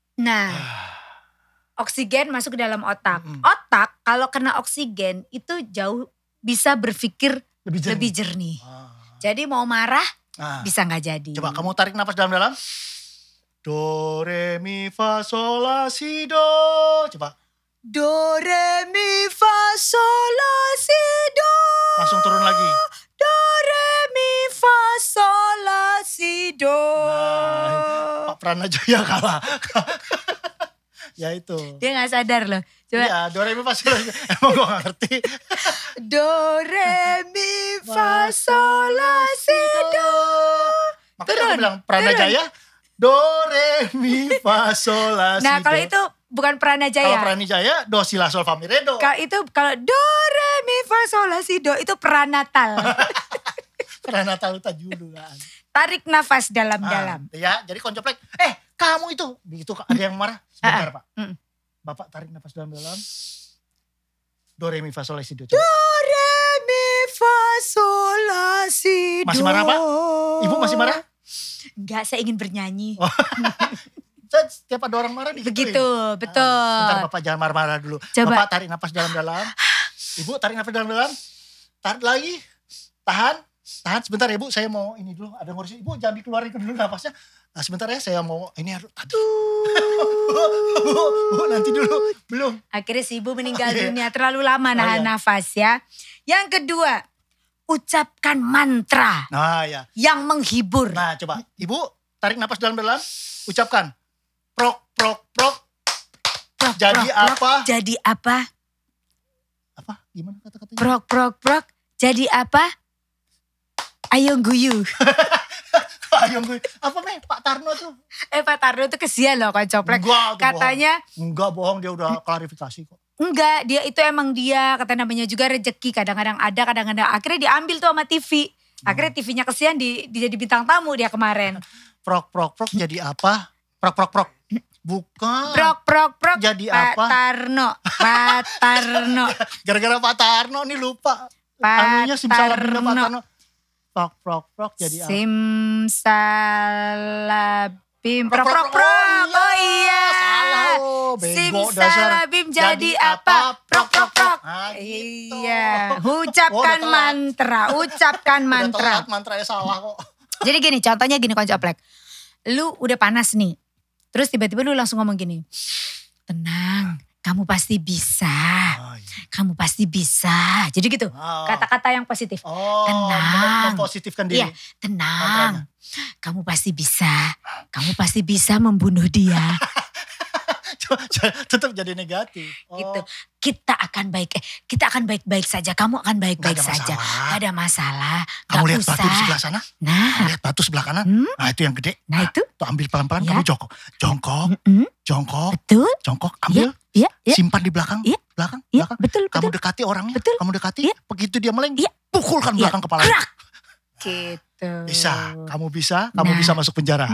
oksigen masuk ke dalam otak. Otak kalau kena oksigen itu jauh bisa berpikir lebih jernih. Jadi mau marah bisa gak jadi.
Coba kamu tarik nafas dalam-dalam. Do, re, mi, fa, sol, la, si, do. Coba.
Do, re, mi, fa, sol, la, si, do.
Langsung turun lagi.
Do, re, mi, fa, sol, la, si, do.
Pak Pranajaya kalah. Ya itu.
Dia gak sadar loh. Coba.
Iya, do, re, mi, fa, sol, la, si, do. Emang gue gak ngerti.
Do, re, mi, fa, sol, la, si, do.
Makanya aku bilang Pranajaya. Do, re, mi, fa, sol, la, si, do.
Nah kalau itu bukan Pranajaya.
Kalau Pranajaya, do, si, la, sol, fa, mi, re, do.
Kalau do, re, mi, fa, sol, la, si, do itu pranatal.
Karena tahu tajulu kan.
Tarik nafas dalam-dalam.
Ya, jadi koncoplek. Kamu itu. Begitu ada yang marah. Sebentar Pak. Bapak tarik nafas dalam-dalam. Do, re, mi, fa, sol, la, si, do. Coba.
Do, re, mi, fa, sol, la, si, do.
Masih marah Pak? Ibu masih marah?
Enggak, saya ingin bernyanyi.
Setiap ada orang marah digituin.
Begitu, betul.
Bentar Bapak jangan marah-marah dulu.
Coba.
Bapak tarik nafas dalam-dalam. Ibu tarik nafas dalam-dalam. Tarik lagi. Tahan sebentar ya Bu, saya mau ini dulu, ada ngurusin. Ibu jangan dikeluarin dulu nafasnya. Sebentar ya, saya mau ini aduh. Bu, nanti dulu, belum.
Akhirnya si ibu meninggal dunia, terlalu lama nahan nafas ya. Yang kedua, ucapkan mantra yang menghibur.
Nah coba, Ibu tarik nafas dalam-dalam, ucapkan. Prok, prok, prok. Jadi apa?
Jadi apa?
Apa? Gimana kata-katanya?
Prok, prok, prok. Jadi apa? Ayo guyu.
Ayo guyu. Apa Pak Tarno tuh?
Pak Tarno tuh kesian loh koncoplek. Katanya.
Enggak bohong, dia udah klarifikasi kok.
Enggak, dia kata namanya juga rezeki. Kadang-kadang ada, kadang-kadang akhirnya diambil tuh sama TV. Akhirnya TV-nya kesian jadi bintang tamu dia kemarin.
Prok, prok, prok jadi apa? Prok, prok, prok. Bukan.
Prok, prok, prok.
Jadi
Pak
apa?
Pak Tarno.
Gara-gara Pak Tarno nih lupa.
Pak
Tarno. Prok, prok, prok jadi apa?
Simsalabim. Prok, prok, prok. Oh iya.
Salah.
Simsalabim jadi apa? Prok, prok, prok.
Gitu.
Iya. Ucapkan mantra. Ucapkan mantra.
Mantranya salah kok.
Jadi gini, contohnya gini koncoplek. Lu udah panas nih. Terus tiba-tiba lu langsung ngomong gini. Tenang, kamu pasti bisa. Kamu pasti bisa. Jadi gitu, kata-kata yang positif. Tenang.
Mempositifkan diri.
Iya, tenang. Kamu pasti bisa. Kamu pasti bisa membunuh dia.
Tetap jadi negatif.
Gitu. Kita akan baik-baik saja. Kamu akan baik-baik saja. Gak ada masalah.
Kamu lihat batu di sebelah sana?
Nah.
Lihat batu sebelah kanan? Nah itu yang gede.
Nah itu.
Tuh ambil pelan-pelan, kamu jongkok. Jongkok.
Betul.
Jongkok, ambil.
Iya.
Simpan di belakang. Belakang.
Betul.
Kamu dekati orangnya.
Betul.
Kamu dekati. Begitu dia meleng, pukulkan belakang kepala.
Gitu.
Bisa. Kamu bisa masuk penjara.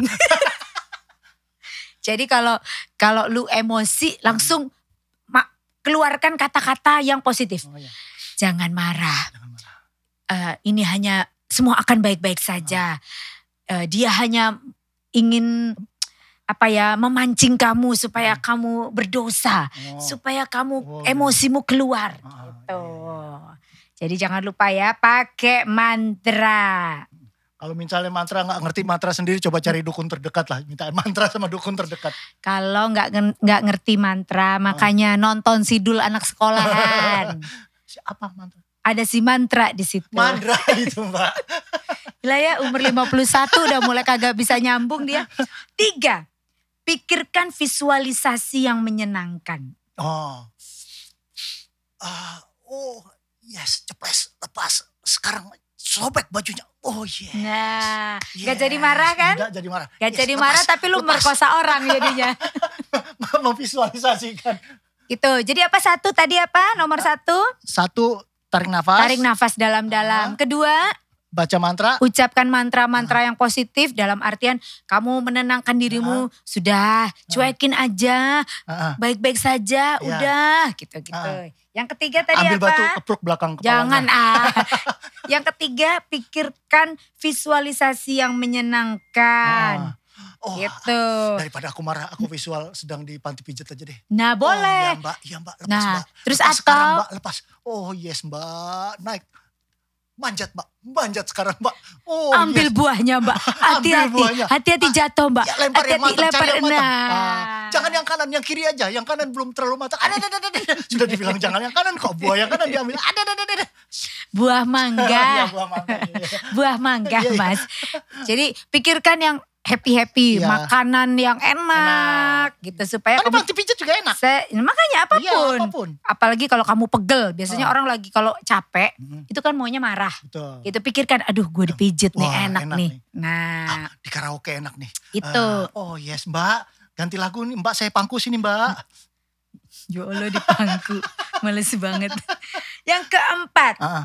Jadi kalau lu emosi langsung keluarkan kata-kata yang positif. Jangan marah. Ini hanya semua akan baik-baik saja. Dia hanya ingin memancing kamu supaya kamu berdosa, supaya kamu emosimu keluar. Gitu. Jadi jangan lupa ya pakai mantra.
Kalau misalnya mantra nggak ngerti mantra sendiri, coba cari dukun terdekat lah. Minta mantra sama dukun terdekat.
Kalau nggak ngerti mantra, makanya nonton Sidul Anak Sekolahan.
Apa mantra?
Ada si mantra di situ.
Mantra itu Mbak.
Gila ya, umur 51 udah mulai kagak bisa nyambung dia. 3, pikirkan visualisasi yang menyenangkan.
Yes, ceples, lepas. Sekarang sobek bajunya. Oh yeah.
Nah, gak jadi marah kan?
Gak jadi marah.
Gak jadi marah tapi lu merkosa orang jadinya.
Memvisualisasikan.
Gitu, jadi apa satu tadi apa? Nomor 1?
1, tarik nafas.
Tarik nafas dalam-dalam. Kedua,
baca mantra.
Ucapkan mantra-mantra yang positif dalam artian kamu menenangkan dirimu. Sudah, cuekin aja. Baik-baik saja, udah gitu-gitu. Yang ketiga tadi
ambil
apa?
Ambil batu kepruk belakang kepalanya.
Jangan Yang ketiga, pikirkan visualisasi yang menyenangkan. Gitu.
Daripada aku marah, aku visual sedang di panti pijat aja deh.
Nah boleh.
Iya mbak, lepas
nah,
mbak.
Terus
lepas
atau.
Sekarang mbak, lepas. Oh yes mbak, naik. Manjat mbak, manjat sekarang mbak. Oh
ambil buahnya mbak, hati-hati jatuh mbak.
Ya, lempar yang matang, cari yang matang.
Nah.
Jangan yang kanan, yang kiri aja. Yang kanan belum terlalu matang. Ada. Sudah dibilang jangan yang kanan kok. Buah yang kanan diambil. Ada.
Buah mangga.
Ya, buah mangga.
Buah mangga mas. Jadi pikirkan yang happy-happy, makanan yang enak gitu supaya
kamu panti pijat juga enak.
Makanya apapun.
Iya, apapun.
Apalagi kalau kamu pegel, biasanya orang lagi kalau capek itu kan maunya marah.
Betul.
Gitu pikirkan, aduh gue dipijit nih, enak nih.
Nah, di karaoke enak nih.
Itu.
Oh yes mbak, ganti lagu nih mbak, saya pangku sini mbak.
Ya Allah dipangku, males banget. Yang keempat,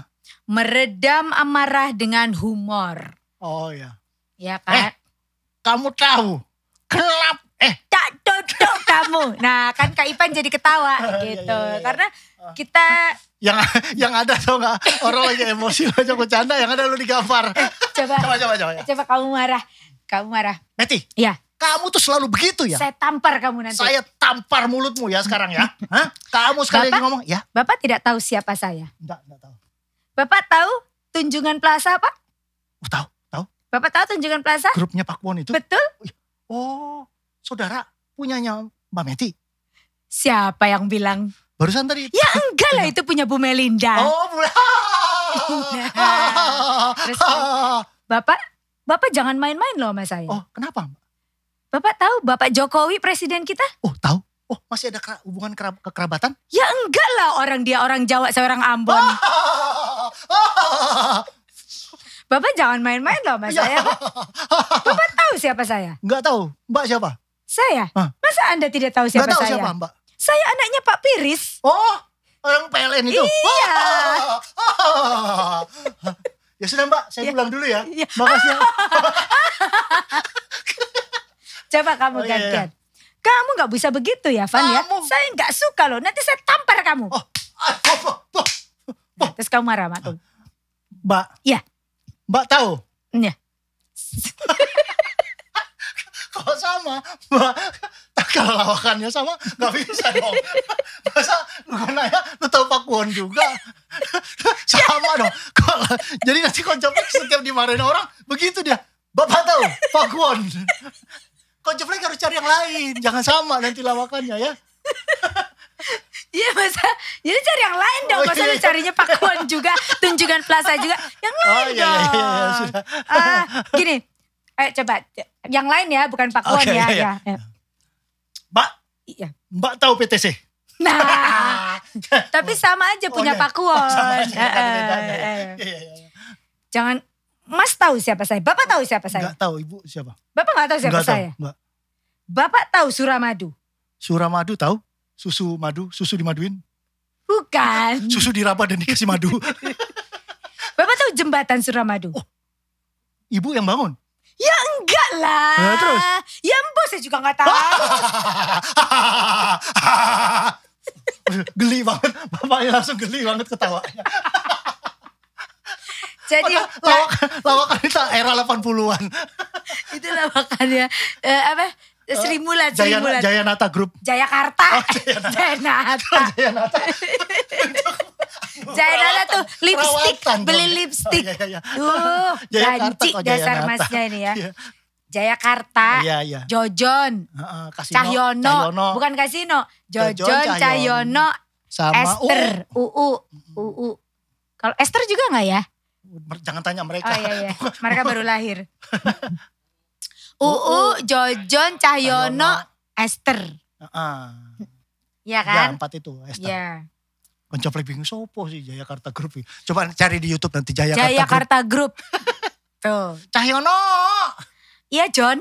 Meredam amarah dengan humor.
Oh ya.
Ya kan?
Kamu tahu kenapa?
Tak dodok kamu. Nah kan Kak Ipan jadi ketawa gitu.
Iya.
Karena kita...
Yang ada tau gak? Orang lagi emosi aja bercanda, yang ada lu digampar.
Coba
Coba.
kamu marah. Kamu marah.
Betty,
Iya.
kamu tuh selalu begitu ya?
Saya tampar kamu nanti.
Saya tampar mulutmu ya sekarang ya. Hah? Kamu sekali lagi ngomong, ya?
Bapak tidak tahu siapa saya.
Enggak tahu.
Bapak tahu Tunjungan Plaza Pak?
Tahu.
Bapak tahu Tunjungan Plaza?
Grupnya Pak Won itu.
Betul.
Oh, saudara punyanya Mbak Meti.
Siapa yang bilang?
Barusan tadi.
Ya enggak lah, itu punya Bu Melinda.
Oh,
Terus Bapak jangan main-main loh sama saya.
Oh, kenapa?
Bapak tahu Bapak Jokowi presiden kita?
Oh, tahu. Oh, masih ada hubungan kekerabatan?
Ya enggak lah, dia orang Jawa, saya orang Ambon. Bapak jangan main-main loh sama saya. Bapak tahu siapa saya?
Enggak tahu. Mbak siapa?
Saya?
Hah?
Masa Anda tidak tahu siapa
Enggak tahu
saya?
siapa, Mbak?
Saya anaknya Pak Piris.
Oh, orang PLN itu?
Iya.
Ya sudah Mbak, saya pulang dulu ya.
Iya.
Makasih ya.
Coba kamu
Oh, iya.
gantian. Kamu gak bisa begitu ya Van ya.
Kamu-
Saya gak suka loh, nanti saya tampar kamu. Nah, terus kamu marah sama aku.
Mbak.
Iya.
Mbak tahu?
Iya.
Kalau sama, Mbak. Kalau lawakannya sama, gak bisa dong. Masa lu nanya, lu tahu Pak Won juga? Sama dong. Jadi nanti Koncoplek setiap dimarahin orang, begitu dia. Bapak tahu, Pak Won. Koncoplek harus cari yang lain. Jangan sama nanti lawakannya ya.
Iya masa, jadi cari yang lain dong.
Oh,
Masa
iya.
lu carinya Pak Won juga, Tunjungan Plaza juga. Yang lain
iya,
dong.
iya, sudah.
Gini, coba. Yang lain ya, bukan Pak Won
Oke,
ya.
iya.
Ya.
Mbak,
Iya.
Mbak tahu PTC?
Nah, tapi sama aja punya
iya.
Pak Won.
Sama aja, nggak ada bedanya.
Iya.
Iya.
Jangan, Mas tahu siapa saya? Bapak tahu siapa saya?
Enggak tahu Ibu siapa?
Bapak gak tahu siapa
Enggak tahu,
saya?
enggak.
Bapak tahu Suramadu?
Suramadu tahu? Susu madu, susu dimaduin.
Bukan.
Susu diraba dan dikasih madu.
Bapak tahu jembatan Suramadu?
Ibu yang bangun.
Ya enggak lah.
Nah, terus?
Ya mbak saya juga gak tahu.
Geli banget. Bapaknya langsung geli banget ketawanya.
Jadi
Lawakan itu era 80-an.
itu lah makanya Sri Mulat.
Jayanata Group.
Jayakarta.
Oh, Jayanata.
Jayanata.
Jayanata.
Jayanata tuh lipstick.
Perawatan dong.
Beli lipstick.
Oh, iya.
Ganci
Jayakarta kok
dasar
Jayanata.
masnya ini ya.
Iya.
Jayakarta.
Iya.
Jojon.
Kasino,
Cahyono. Bukan Kasino. Jojon,
Jojon,
Cahyono.
sama
Esther. UU. Kalau Esther juga gak ya?
Jangan tanya mereka.
Oh iya. Mereka baru lahir. Jojon, Cahyono, Esther. Iya
Ya,
kan?
4 itu Esther.
Iya.
Koncoplek bingung sopo sih Jayakarta Group. Coba cari di YouTube nanti Jayakarta Group.
Jayakarta Group. Tuh.
Cahyono.
Iya John.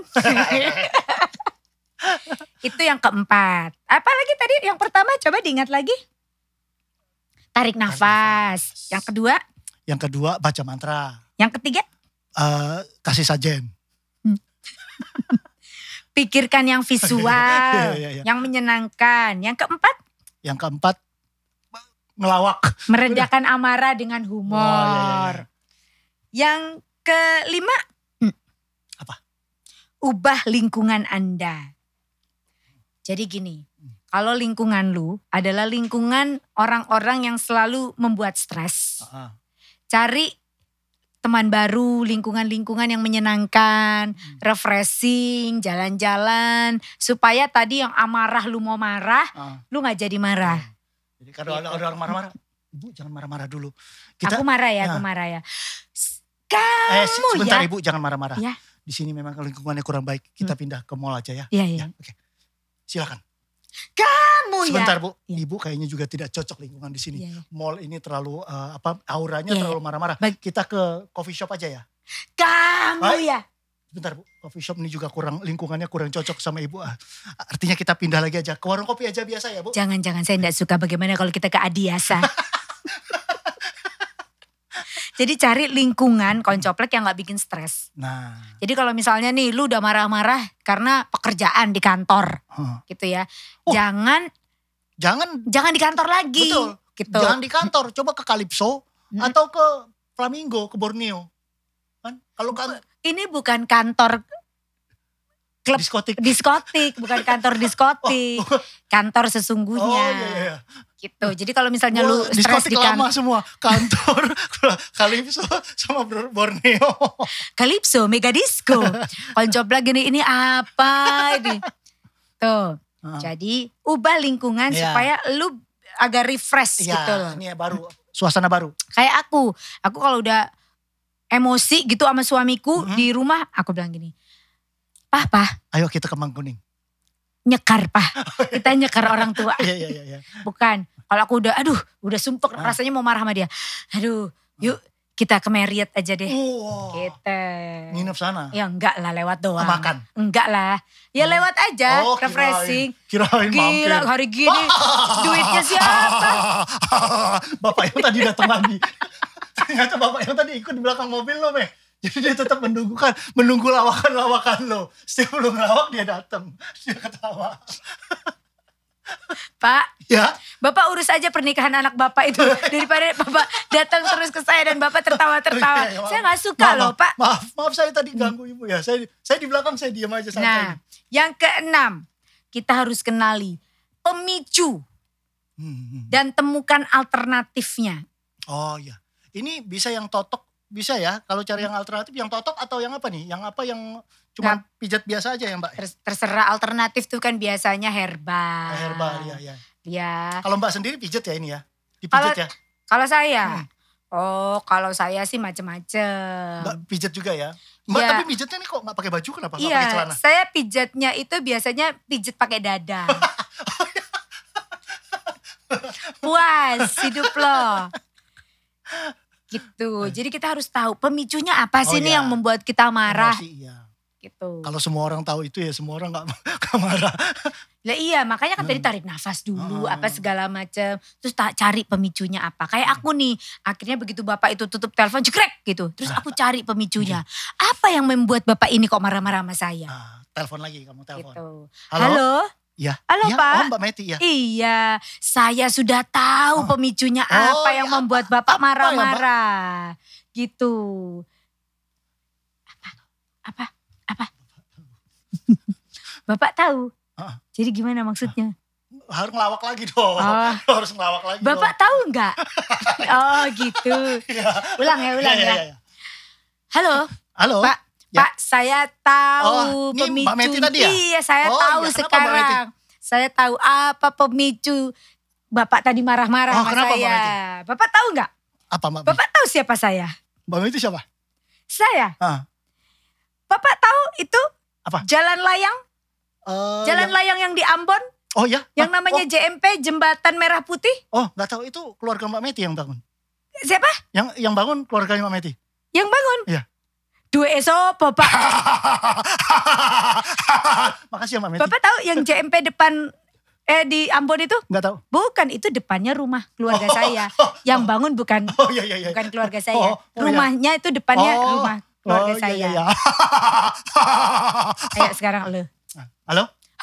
Itu yang keempat. Apalagi tadi yang pertama coba diingat lagi. Tarik nafas. Yang
Yang kedua baca mantra.
Yang ketiga.
Kasih sajen.
Pikirkan yang visual.
Iya.
Yang menyenangkan. Yang
Yang keempat ngelawak.
meredakan amarah dengan humor.
Oh, iya.
Yang kelima.
Apa?
Ubah lingkungan Anda. Jadi gini. Kalau lingkungan lu adalah lingkungan orang-orang yang selalu membuat stres. Cari teman baru, lingkungan-lingkungan yang menyenangkan, refreshing, jalan-jalan. Supaya tadi yang amarah lu mau marah, lu gak jadi marah.
Jadi kalau ada orang marah-marah, Ibu jangan marah-marah dulu.
Aku marah ya. Kamu
sebentar
ya.
Ibu jangan marah-marah.
Ya.
Di sini memang lingkungannya kurang baik. Kita pindah ke mall aja ya.
Iya.
Oke. Silakan.
Kamu
Sebentar
ya.
Bu,
Ya.
Ibu kayaknya juga tidak cocok lingkungan di sini.
Iya.
Mall ini terlalu auranya
Iya.
terlalu marah-marah. Kita ke coffee shop aja ya.
Kamu ya.
Sebentar Bu, coffee shop ini juga lingkungannya kurang cocok sama Ibu. Artinya kita pindah lagi aja ke warung kopi aja biasa ya Bu.
Jangan, saya enggak suka bagaimana kalau kita ke Adiasa. Jadi cari lingkungan koncoplek yang gak bikin stres.
Nah.
Jadi kalau misalnya nih lu udah marah-marah karena pekerjaan di kantor gitu ya.
Oh.
Jangan di kantor lagi.
Betul.
Gitu.
Jangan di kantor, coba ke Calypso atau ke Flamingo, ke Borneo. Kan kalau
Ini bukan kantor klub diskotik, bukan kantor diskotik. Kantor sesungguhnya.
Oh iya.
Gitu. Jadi kalau misalnya lu stres
diskotik
di
lama semua. Kantor, Calypso sama Borneo.
Calypso, Mega Disco. Koncoplek ini apa ini? Tuh. Jadi ubah lingkungan supaya lu agak refresh gitu loh.
Ini baru, suasana baru.
Kayak aku kalau udah emosi gitu sama suamiku di rumah, aku bilang gini, Pah,
ayo kita ke Mangkuning.
Nyekar Pah, kita nyekar orang tua.
Iya.
Bukan, kalau aku udah sumpek rasanya mau marah sama dia. Aduh, yuk kita ke Marriott aja deh. Kita
nginep sana?
Ya enggak lah, lewat doang.
Makan?
Enggak lah, ya lewat aja, refreshing.
Kirain mampir.
Gila hari gini duitnya siapa?
Bapak yang tadi datang lagi. Ternyata bapak yang tadi ikut di belakang mobil lo, Meh. Jadi dia tetap menunggu lawakan lo. Setiap lo ngelawak dia datang. Dia ketawa.
Pak,
ya,
Bapak urus aja pernikahan anak Bapak itu. Daripada Bapak datang terus ke saya dan Bapak tertawa-tertawa. Saya gak suka loh Pak.
Maaf saya tadi ganggu ibu ya. Saya di belakang saya diam aja santai.
Nah, yang keenam, kita harus kenali pemicu dan temukan alternatifnya.
Oh iya, ini bisa yang totok, bisa ya. Kalau cari yang alternatif, yang totok atau yang apa nih? Yang apa yang cuma pijat biasa aja ya Mbak?
Terserah, alternatif tuh kan biasanya herbal.
Herbal, iya.
Ya.
Kalau Mbak sendiri pijat ya ini ya? Dipijat ya?
Kalau saya, kalau saya sih macem-macem.
Mbak pijat juga ya? Mbak tapi pijatnya nih kok gak pakai baju, kenapa? Gak pakai celana?
Saya pijatnya itu biasanya pijat pakai dada. Puas hidup lo. Gitu. Jadi kita harus tahu pemicunya apa sih nih yang membuat kita marah.
Emosi, iya.
Gitu.
Kalau semua orang tahu itu ya semua orang gak marah.
Lah iya, makanya kan tadi tarik nafas dulu, apa segala macam. Terus cari pemicunya apa. Kayak aku nih, akhirnya begitu Bapak itu tutup telepon, jekrek gitu. Terus aku cari pemicunya. Apa yang membuat Bapak ini kok marah-marah sama saya?
Telepon lagi, kamu telepon.
Gitu.
Halo? Ya.
Halo Pak.
Oh Mbak Meti ya.
Iya, saya sudah tahu pemicunya apa yang membuat Bapak marah-marah. Gitu. Apa? Bapak tahu? Jadi gimana maksudnya?
Harus ngelawak lagi dong. Harus ngelawak lagi
Bapak tahu enggak? Oh gitu. Ulang ya. Halo. Pak. Ya. Pak, saya tahu pemicu.
Mbak Meti tadi ya?
Iya, saya tahu sekarang. Saya tahu apa pemicu Bapak tadi marah-marah sama saya. Bapak tahu enggak?
Apa Mbak?
Bapak tahu siapa saya?
Mbak Meti siapa?
Saya. Bapak tahu itu
apa?
Jalan layang? Jalan layang yang di Ambon?
Oh ya?
Yang namanya JMP, Jembatan Merah Putih?
Oh gak tahu, itu keluarga Mbak Meti yang bangun.
Siapa?
Yang bangun keluarganya Mbak Meti.
Yang bangun?
Iya.
Dua esopo Pak.
Makasih ya Mbak Meti.
Bapak tahu yang JMP depan di Ambon itu?
Gak tahu.
Bukan, itu depannya rumah keluarga saya. Yang bangun bukan bukan keluarga saya. Rumahnya itu depannya rumah keluarga saya.
Iya.
Ayo sekarang lu.
Halo?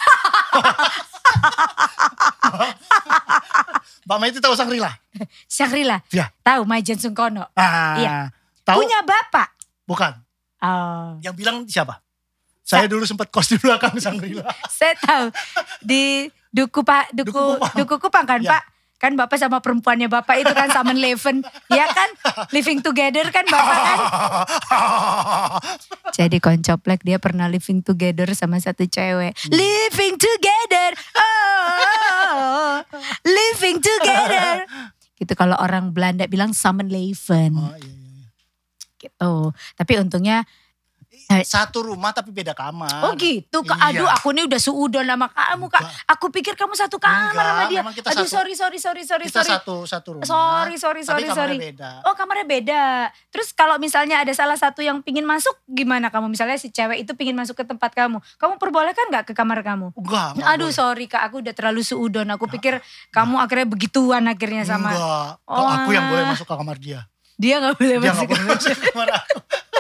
Mbak Meti tahu Sangrila?
Sangrila?
Ya.
Tahu, Majen Sungkono. Iya.
Tahu?
Punya Bapak?
Bukan.
Oh.
Yang bilang siapa? Saya dulu sempat kos di belakang Sangrila.
Saya tahu. Di Duku Kupang kan Pak? Kan Bapak sama perempuannya Bapak itu kan Samen Leven. Ya kan? Living together kan Bapak kan? Jadi koncoplek dia pernah living together sama satu cewek. Living together. Oh, living together. Gitu kalau orang Belanda bilang Samen Leven.
Oh iya.
Gitu. Tapi untungnya
satu rumah tapi beda kamar.
Oh gitu. Aduh aku nih udah suudon sama kamu Kak. Aku pikir kamu satu kamar sama dia. Aduh sorry.
Kita satu rumah.
Sorry.
Tapi kamarnya beda.
Oh kamarnya beda. Terus kalau misalnya ada salah satu yang pingin masuk gimana kamu? Misalnya si cewek itu pingin masuk ke tempat kamu. Kamu perbolehkan gak ke kamar kamu?
Enggak.
Aduh sorry Kak, aku udah terlalu suudon. Aku pikir kamu akhirnya begituan akhirnya sama.
Enggak. Kalau aku yang boleh masuk ke kamar dia.
Dia gak boleh
Dia
masuk
gak boleh masuk ke kamar aku.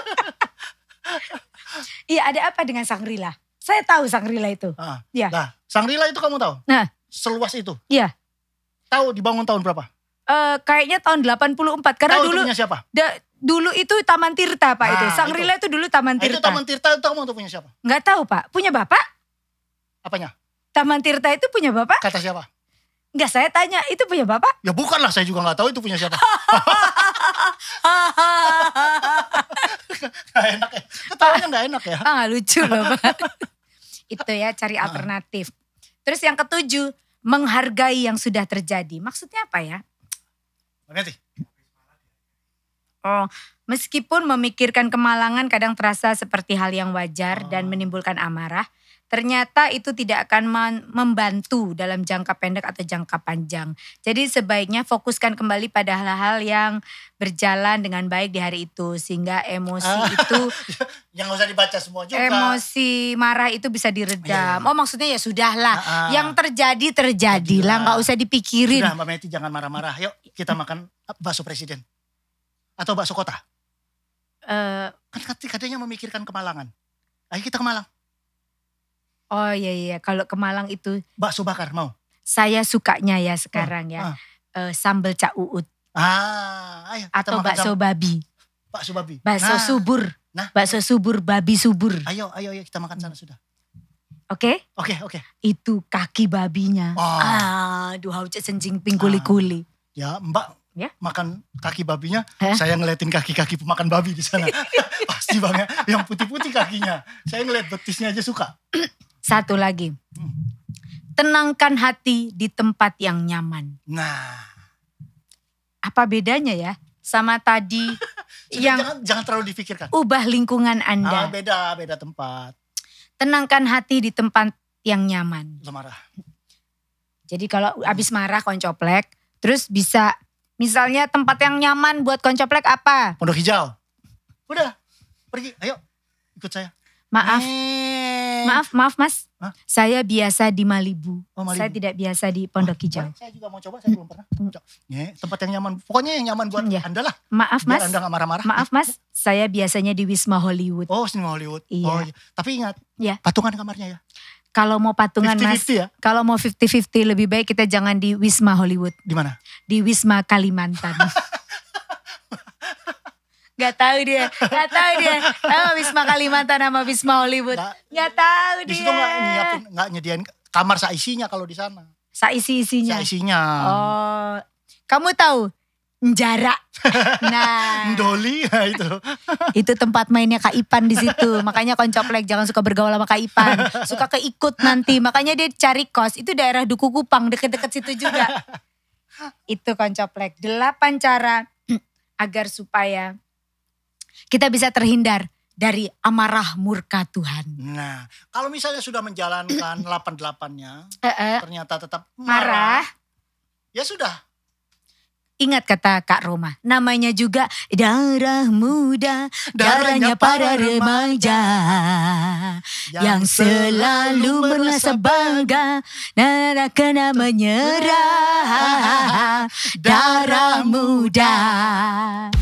Iya, ada apa dengan Sangrila? Saya tahu Sangrila itu. Iya.
Nah, Sangrila itu kamu tahu?
Nah.
Seluas itu?
Iya.
Tahu dibangun tahun berapa?
Kayaknya tahun 84. Karena
tahu
dulu
itu punya siapa?
Dulu itu Taman Tirta Pak itu. Sangrila itu dulu Taman Tirta.
Itu Taman Tirta itu kamu tuh punya siapa?
Nggak tahu Pak. Punya Bapak?
Apanya?
Taman Tirta itu punya Bapak?
Kata siapa?
Enggak, saya tanya, itu punya Bapak?
Ya bukan lah, saya juga gak tahu itu punya siapa. Gak enak ya. Ketawanya gak enak ya.
Gak lucu loh Pak. Itu ya, cari alternatif. Terus yang ketujuh, menghargai yang sudah terjadi. Maksudnya apa ya?
Mengerti?
Oh, meskipun memikirkan kemalangan kadang terasa seperti hal yang wajar dan menimbulkan amarah, ternyata itu tidak akan membantu dalam jangka pendek atau jangka panjang. Jadi sebaiknya fokuskan kembali pada hal-hal yang berjalan dengan baik di hari itu. Sehingga emosi itu...
Yang gak usah dibaca semua juga.
Emosi marah itu bisa diredam.
Iya.
Oh maksudnya ya sudahlah. Yang terjadilah, gak usah dipikirin.
Sudah Mbak Meti jangan marah-marah. Yuk kita makan bakso presiden. Atau bakso kota. Kan katanya memikirkan kemalangan. Ayo kita ke Malang.
Oh iya, kalau ke Malang itu.
Bakso bakar mau?
Saya sukanya ya sekarang sambal cak uut.
Ayo kita
atau
makan
bakso babi.
Bakso babi.
Bakso subur. Bakso subur, babi subur.
Ayo kita makan sana sudah.
Oke?
Oke.
Itu kaki babinya. Aduh, hauce senjing kuli-kuli.
Ya Mbak makan kaki babinya, saya ngeliatin kaki-kaki pemakan babi di sana. Pasti Bang ya, yang putih-putih kakinya. Saya ngeliat betisnya aja suka.
Satu lagi. Tenangkan hati di tempat yang nyaman.
Nah.
Apa bedanya ya sama tadi yang
jangan terlalu dipikirkan.
Ubah lingkungan Anda.
Beda tempat.
Tenangkan hati di tempat yang nyaman.
Lo marah.
Jadi kalau abis marah koncoplek, terus bisa misalnya tempat yang nyaman buat koncoplek apa?
Pondok Hijau. Udah, pergi, ayo ikut saya.
Maaf Mas. Saya biasa di Malibu.
Malibu.
Saya tidak biasa di Pondok Hijau.
Saya juga mau coba, saya belum pernah. Tempat yang nyaman, pokoknya yang nyaman buat Anda lah.
Maaf
Biar
Mas.
Anda gak marah-marah.
Maaf Mas, saya biasanya di Wisma Hollywood.
Oh, Wisma Hollywood.
Iya.
Oh, iya. Tapi ingat, patungan kamarnya ya.
Kalau mau patungan
50-50
Mas,
ya?
Kalau mau 50-50 lebih baik kita jangan di Wisma Hollywood.
Di mana?
Di Wisma Kalimantan. Gak tahu dia. Tahu Wisma Kalimantan sama Wisma Hollywood. Gak tahu dia.
Di situ gak nyediain kamar seisinya kalau di sana.
Seisi-isinya. Oh, kamu tahu Njara. Nah,
Ndoli itu.
Itu tempat mainnya Kak Ipan di situ. Makanya koncoplek jangan suka bergaul sama Kak Ipan. Suka keikut nanti. Makanya dia cari kos. Itu daerah Duku Kupang, deket-deket situ juga. Itu koncoplek. 8 cara agar supaya kita bisa terhindar dari amarah murka Tuhan.
Nah, kalau misalnya sudah menjalankan 8-8-nya, ternyata tetap
marah.
Ya sudah.
Ingat kata Kak Roma, namanya juga darah muda, darahnya para remaja yang selalu merasa bangga, nada kena menyerah, darah muda.